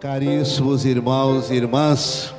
Caríssimos irmãos e irmãs,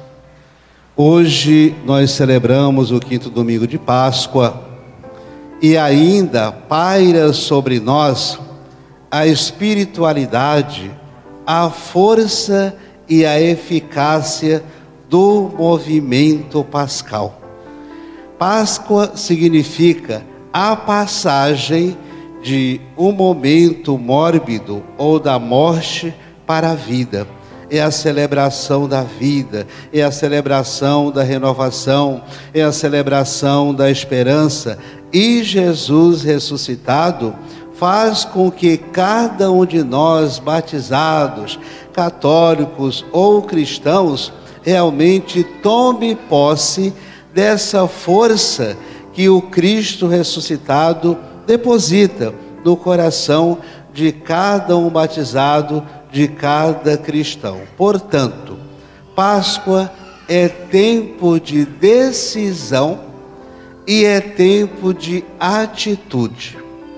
hoje nós celebramos o quinto domingo de Páscoa e ainda paira sobre nós a espiritualidade, a força e a eficácia do movimento pascal. Páscoa significa a passagem de um momento mórbido ou da morte para a vida. É a celebração da vida, é a celebração da renovação, é a celebração da esperança. E Jesus ressuscitado faz com que cada um de nós, batizados, católicos ou cristãos, realmente tome posse dessa força que o Cristo ressuscitado deposita no coração de cada um batizado, de cada cristão. Portanto, Páscoa é tempo de decisão e é tempo de atitude.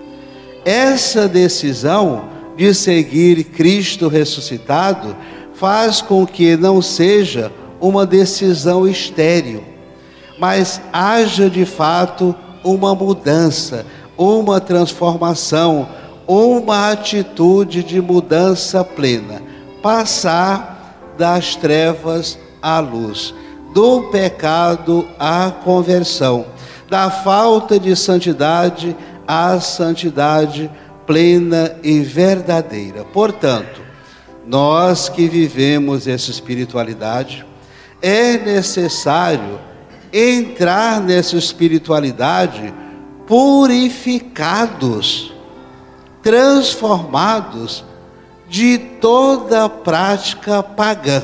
Essa decisão de seguir Cristo ressuscitado faz com que não seja uma decisão estéril, mas haja de fato uma mudança, uma transformação, uma atitude de mudança plena, passar das trevas à luz, do pecado à conversão, da falta de santidade à santidade plena e verdadeira. Portanto, nós que vivemos essa espiritualidade, é necessário entrar nessa espiritualidade purificados, transformados de toda prática pagã.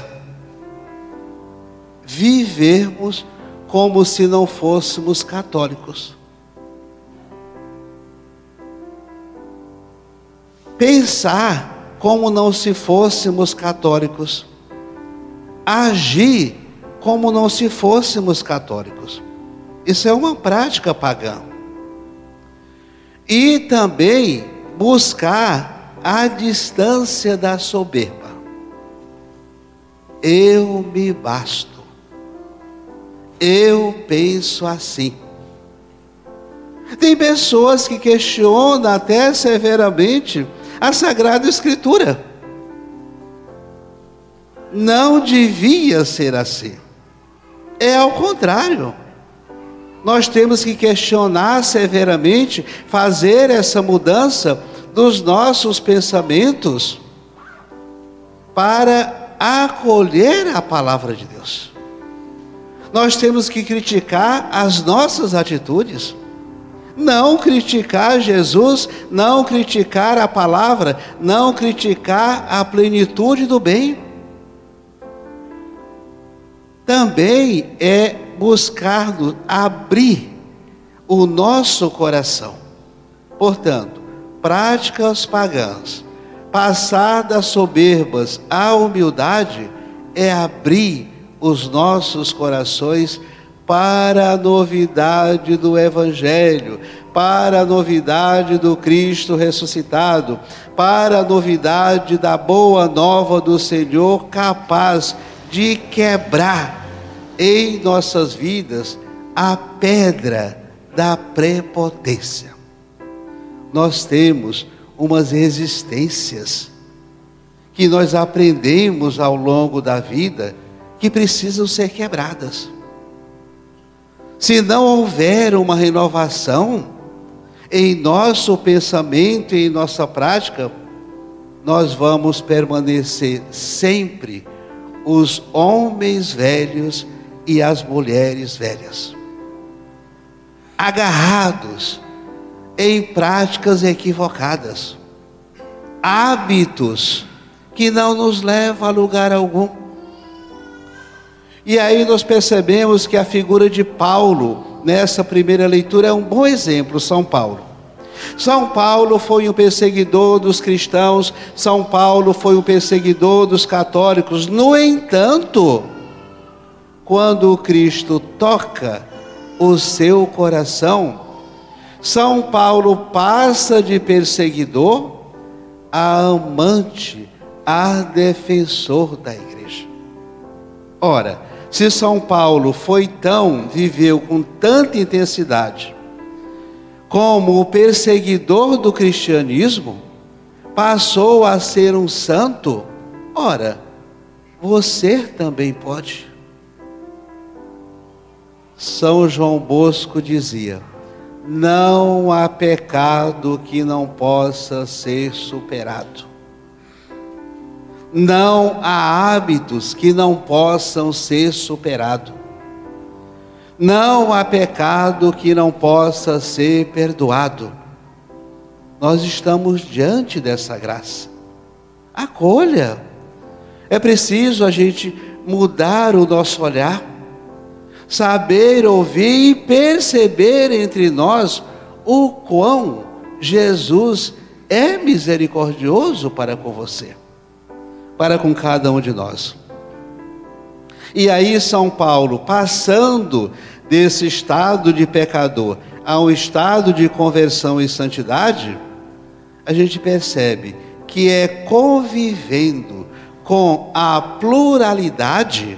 Vivermos como se não fôssemos católicos. Pensar como não se fôssemos católicos. Agir como não se fôssemos católicos. Isso é uma prática pagã. E também buscar a distância da soberba. Eu me basto. Eu penso assim. Tem pessoas que questionam até severamente a Sagrada Escritura. Não devia ser assim. É ao contrário. Nós temos que questionar severamente, fazer essa mudança dos nossos pensamentos para acolher a palavra de Deus. Nós temos que criticar as nossas atitudes, não criticar Jesus, não criticar a palavra, não criticar a plenitude do bem. Também é buscar abrir o nosso coração. Portanto, práticas pagãs, passar das soberbas à humildade, é abrir os nossos corações para a novidade do Evangelho, para a novidade do Cristo ressuscitado, para a novidade da boa nova do Senhor, capaz de quebrar em nossas vidas a pedra da prepotência. Nós temos umas resistências que nós aprendemos ao longo da vida que precisam ser quebradas. Se não houver uma renovação em nosso pensamento e em nossa prática, nós vamos permanecer sempre os homens velhos e as mulheres velhas, agarrados em práticas equivocadas, hábitos que não nos levam a lugar algum. E aí nós percebemos que a figura de Paulo, nessa primeira leitura, é um bom exemplo. São Paulo. São Paulo foi um perseguidor dos cristãos, São Paulo foi um perseguidor dos católicos. No entanto, quando Cristo toca o seu coração, São Paulo passa de perseguidor a amante a defensor da igreja. Ora, se São Paulo viveu com tanta intensidade, como o perseguidor do cristianismo, passou a ser um santo, ora, você também pode. São João Bosco dizia: não há pecado que não possa ser superado. Não há hábitos que não possam ser superados. Não há pecado que não possa ser perdoado. Nós estamos diante dessa graça. Acolha. É preciso a gente mudar o nosso olhar, saber ouvir e perceber entre nós o quão Jesus é misericordioso para com você, para com cada um de nós. E aí São Paulo, passando desse estado de pecador a um estado de conversão e santidade, a gente percebe que é convivendo com a pluralidade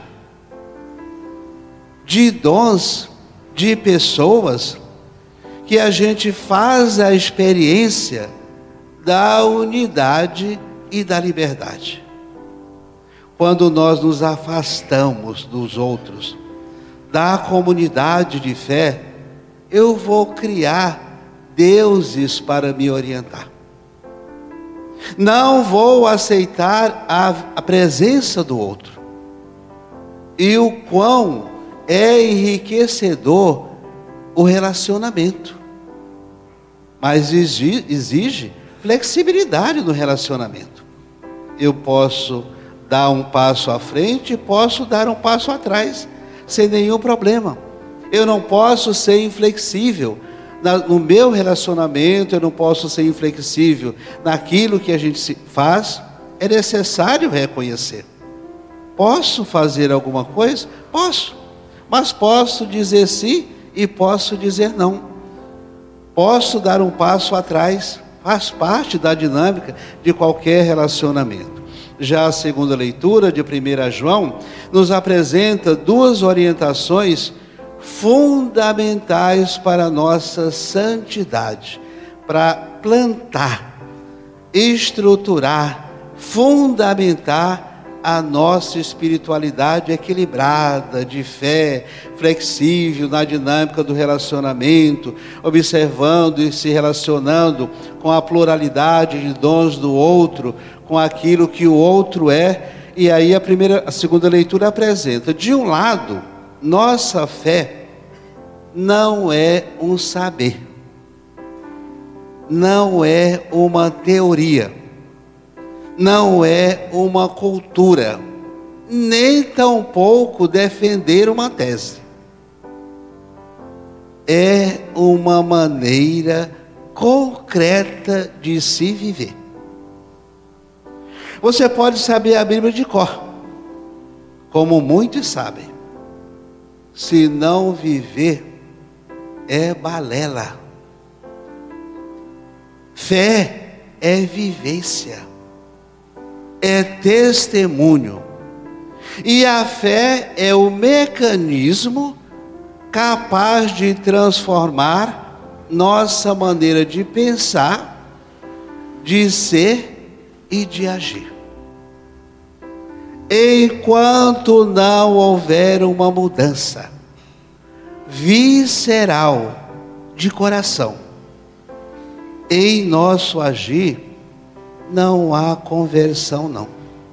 de dons, de pessoas, que a gente faz a experiência da unidade e da liberdade. Quando nós nos afastamos dos outros, da comunidade de fé, eu vou criar deuses para me orientar. Não vou aceitar a presença do outro. E o quão é enriquecedor o relacionamento. Mas exige flexibilidade no relacionamento. Eu posso dar um passo à frente, posso dar um passo atrás, sem nenhum problema. Eu não posso ser inflexível no meu relacionamento, eu não posso ser inflexível naquilo que a gente faz. É necessário reconhecer. Posso fazer alguma coisa? Posso. Mas posso dizer sim e posso dizer não. Posso dar um passo atrás. Faz parte da dinâmica de qualquer relacionamento. Já a segunda leitura de 1 João nos apresenta duas orientações fundamentais para a nossa santidade, para plantar, estruturar, fundamentar a nossa espiritualidade equilibrada, de fé, flexível na dinâmica do relacionamento, observando e se relacionando com a pluralidade de dons do outro, com aquilo que o outro é. E aí a segunda leitura apresenta, de um lado, nossa fé não é um saber, não é uma teoria, não é uma cultura, nem tampouco defender uma tese. É uma maneira concreta de se viver. Você pode saber a Bíblia de cor, como muitos sabem. Se não viver, é balela. Fé é vivência, é testemunho. E a fé é o mecanismo capaz de transformar nossa maneira de pensar, de ser e de agir. Enquanto não houver uma mudança visceral de coração em nosso agir, não há conversão, não.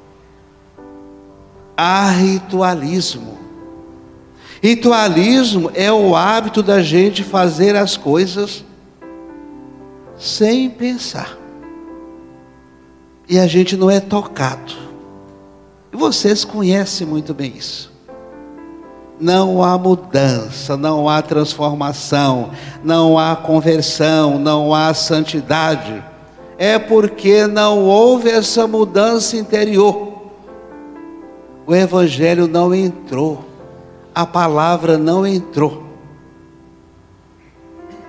Há ritualismo. Ritualismo é o hábito da gente fazer as coisas sem pensar. E a gente não é tocado. E vocês conhecem muito bem isso. Não há mudança, não há transformação, não há conversão, não há santidade. É porque não houve essa mudança interior. O Evangelho não entrou, a palavra não entrou.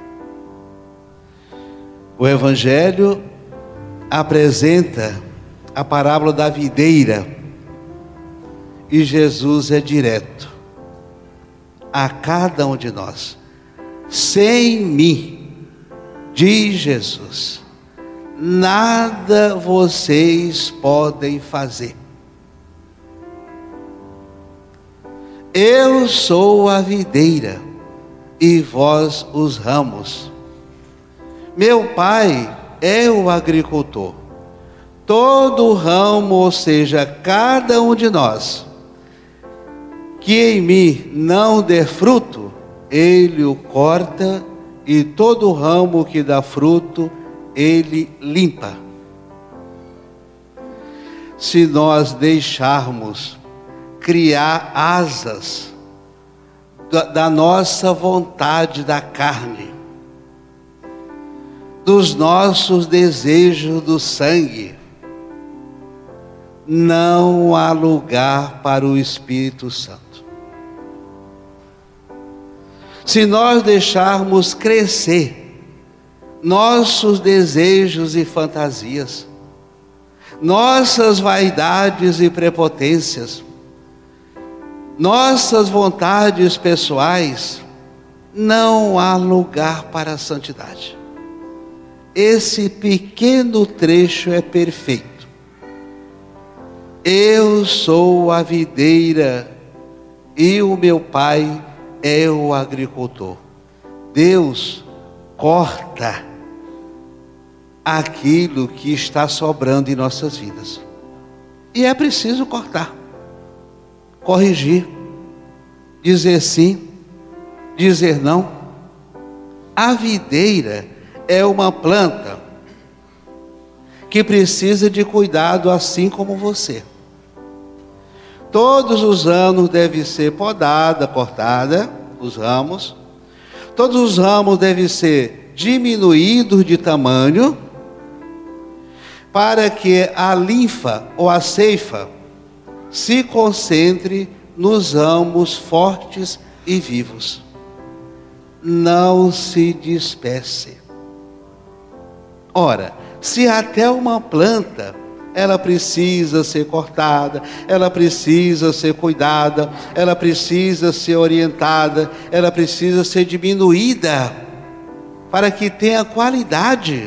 O Evangelho apresenta a parábola da videira, e Jesus é direto a cada um de nós. Sem mim, diz Jesus, nada vocês podem fazer. Eu sou a videira e vós os ramos. Meu Pai é o agricultor. Todo ramo, ou seja, cada um de nós, que em mim não der fruto, Ele o corta, e todo ramo que dá fruto, Ele limpa. Se nós deixarmos criar asas da nossa vontade da carne, dos nossos desejos do sangue, não há lugar para o Espírito Santo. Se nós deixarmos crescer nossos desejos e fantasias, nossas vaidades e prepotências, nossas vontades pessoais, não há lugar para a santidade. Esse pequeno trecho é perfeito. Eu sou a videira e o meu Pai é o agricultor. Deus corta aquilo que está sobrando em nossas vidas. E é preciso cortar, corrigir, dizer sim, dizer não. A videira é uma planta que precisa de cuidado, assim como você. Todos os anos deve ser podada, cortada, os ramos. Todos os ramos devem ser diminuídos de tamanho, para que a linfa ou a seifa se concentre nos ramos fortes e vivos. Não se disperse. Ora, se até uma planta, ela precisa ser cortada, ela precisa ser cuidada, ela precisa ser orientada, ela precisa ser diminuída, para que tenha qualidade,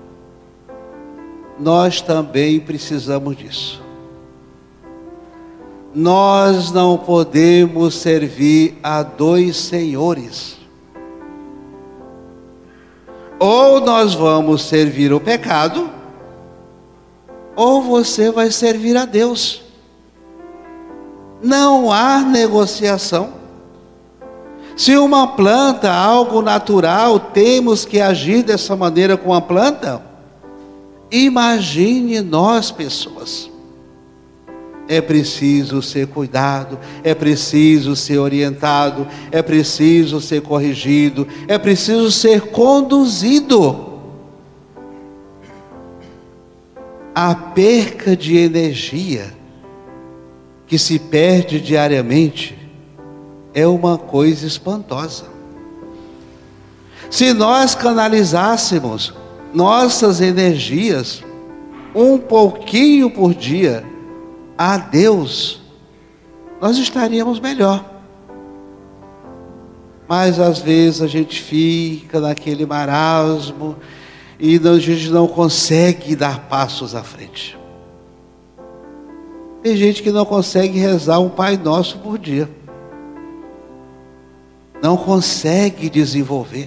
nós também precisamos disso. Nós não podemos servir a dois senhores. Ou nós vamos servir o pecado, ou você vai servir a Deus. Não há negociação. Se uma planta, algo natural, temos que agir dessa maneira com a planta, imagine nós, pessoas. É preciso ser cuidado, é preciso ser orientado, é preciso ser corrigido, é preciso ser conduzido. A perca de energia que se perde diariamente é uma coisa espantosa. Se nós canalizássemos nossas energias um pouquinho por dia a Deus, nós estaríamos melhor. Mas às vezes a gente fica naquele marasmo e a gente não consegue dar passos à frente. Tem gente que não consegue rezar um Pai Nosso por dia. Não consegue desenvolver.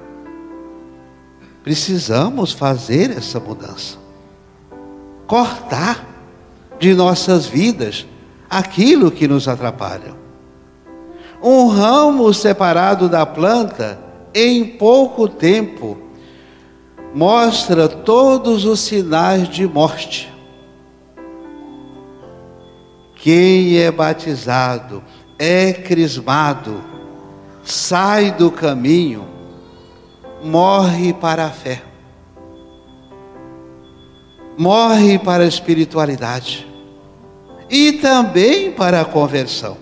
Precisamos fazer essa mudança. Cortar de nossas vidas aquilo que nos atrapalha. Um ramo separado da planta, em pouco tempo, mostra todos os sinais de morte. Quem é batizado, é crismado, sai do caminho, morre para a fé, morre para a espiritualidade e também para a conversão.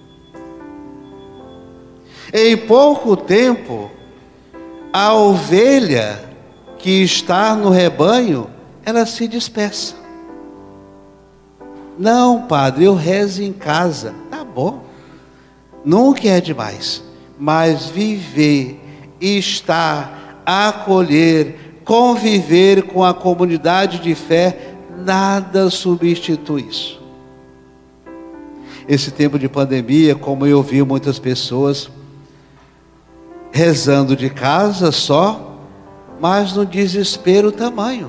Em pouco tempo, a ovelha que está no rebanho, ela se dispersa. Não, padre, eu rezo em casa. Tá bom, nunca é demais. Mas viver, estar, acolher, conviver com a comunidade de fé, nada substitui isso. Esse tempo de pandemia, como eu vi muitas pessoas rezando de casa só, mas no desespero tamanho.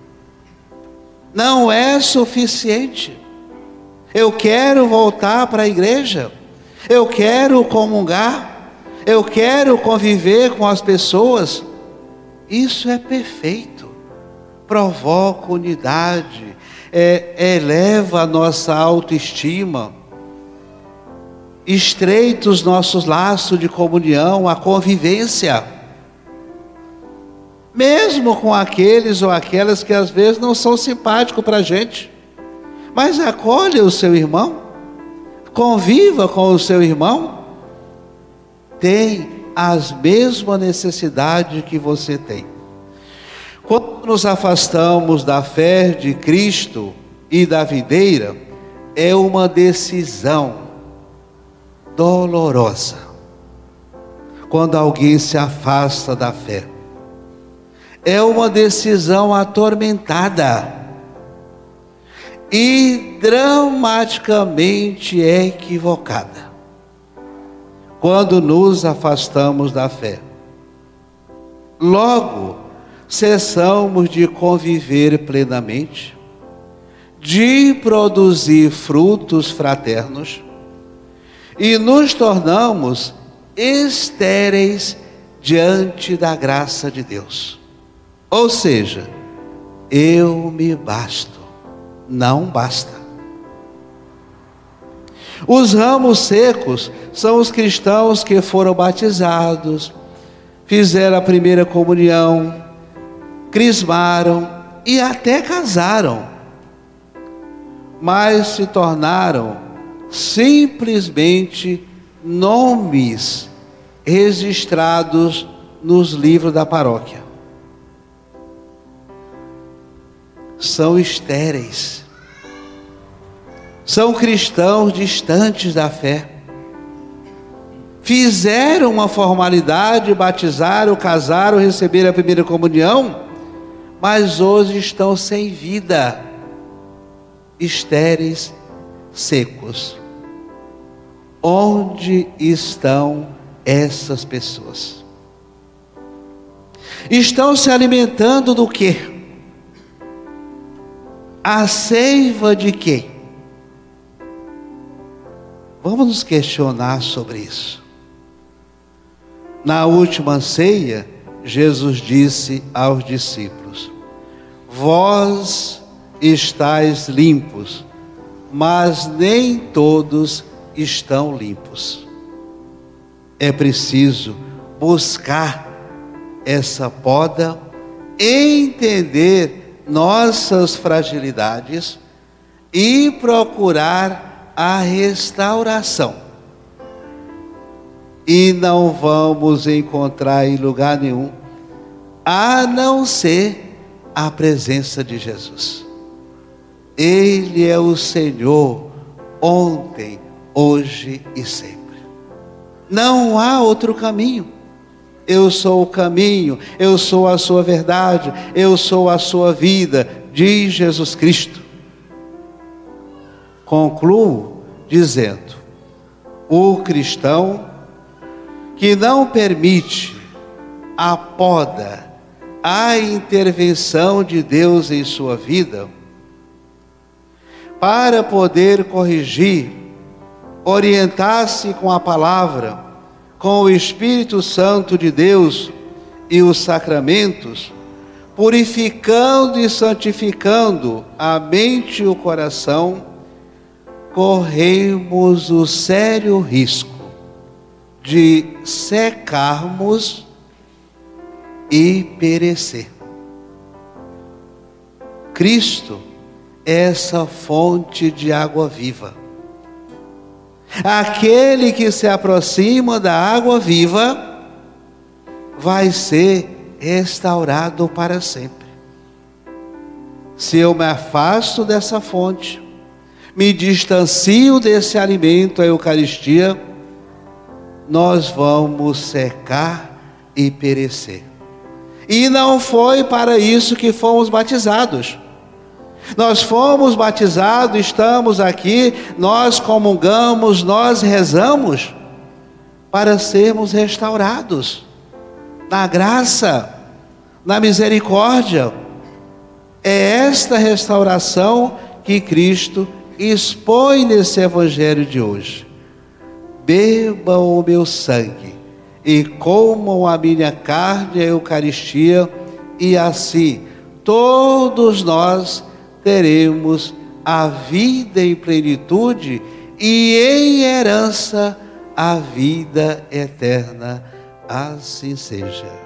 Não é suficiente. Eu quero voltar para a igreja, eu quero comungar, eu quero conviver com as pessoas. Isso é perfeito, provoca unidade, eleva a nossa autoestima, estreita os nossos laços de comunhão, a convivência, mesmo com aqueles ou aquelas que às vezes não são simpáticos para a gente, mas acolhe o seu irmão, conviva com o seu irmão, tem as mesmas necessidades que você tem. Quando nos afastamos da fé de Cristo e da videira, é uma decisão dolorosa. Quando alguém se afasta da fé, é uma decisão atormentada e dramaticamente equivocada. Quando nos afastamos da fé, logo cessamos de conviver plenamente, de produzir frutos fraternos e nos tornamos estéreis diante da graça de Deus. Ou seja, eu me basto, não basta. Os ramos secos são os cristãos que foram batizados, fizeram a primeira comunhão, crismaram e até casaram, mas se tornaram simplesmente nomes registrados nos livros da paróquia. São estéreis, são cristãos distantes da fé, fizeram uma formalidade, batizaram, casaram, receberam a primeira comunhão, mas hoje estão sem vida, estéreis, secos. Onde estão essas pessoas? Estão se alimentando do quê? A seiva de quem? Vamos nos questionar sobre isso. Na última ceia, Jesus disse aos discípulos: vós estáis limpos, mas nem todos estão limpos. É preciso buscar essa poda, entender nossas fragilidades e procurar a restauração. E não vamos encontrar em lugar nenhum, a não ser a presença de Jesus. Ele é o Senhor ontem, hoje e sempre. Não há outro caminho. Eu sou o caminho, eu sou a sua verdade, eu sou a sua vida, diz Jesus Cristo. Concluo dizendo: o cristão que não permite a poda, a intervenção de Deus em sua vida, para poder corrigir, orientar-se com a palavra, com o Espírito Santo de Deus e os sacramentos, purificando e santificando a mente e o coração, corremos o sério risco de secarmos e perecer. Cristo é essa fonte de água viva. Aquele que se aproxima da água viva vai ser restaurado para sempre. Se eu me afasto dessa fonte, me distancio desse alimento, a Eucaristia, nós vamos secar e perecer. E não foi para isso que fomos batizados. Nós fomos batizados, estamos aqui, nós comungamos, nós rezamos para sermos restaurados na graça, na misericórdia. É esta restauração que Cristo expõe nesse Evangelho de hoje. Bebam o meu sangue e comam a minha carne, a Eucaristia, e assim todos nós teremos a vida em plenitude e em herança a vida eterna. Assim seja.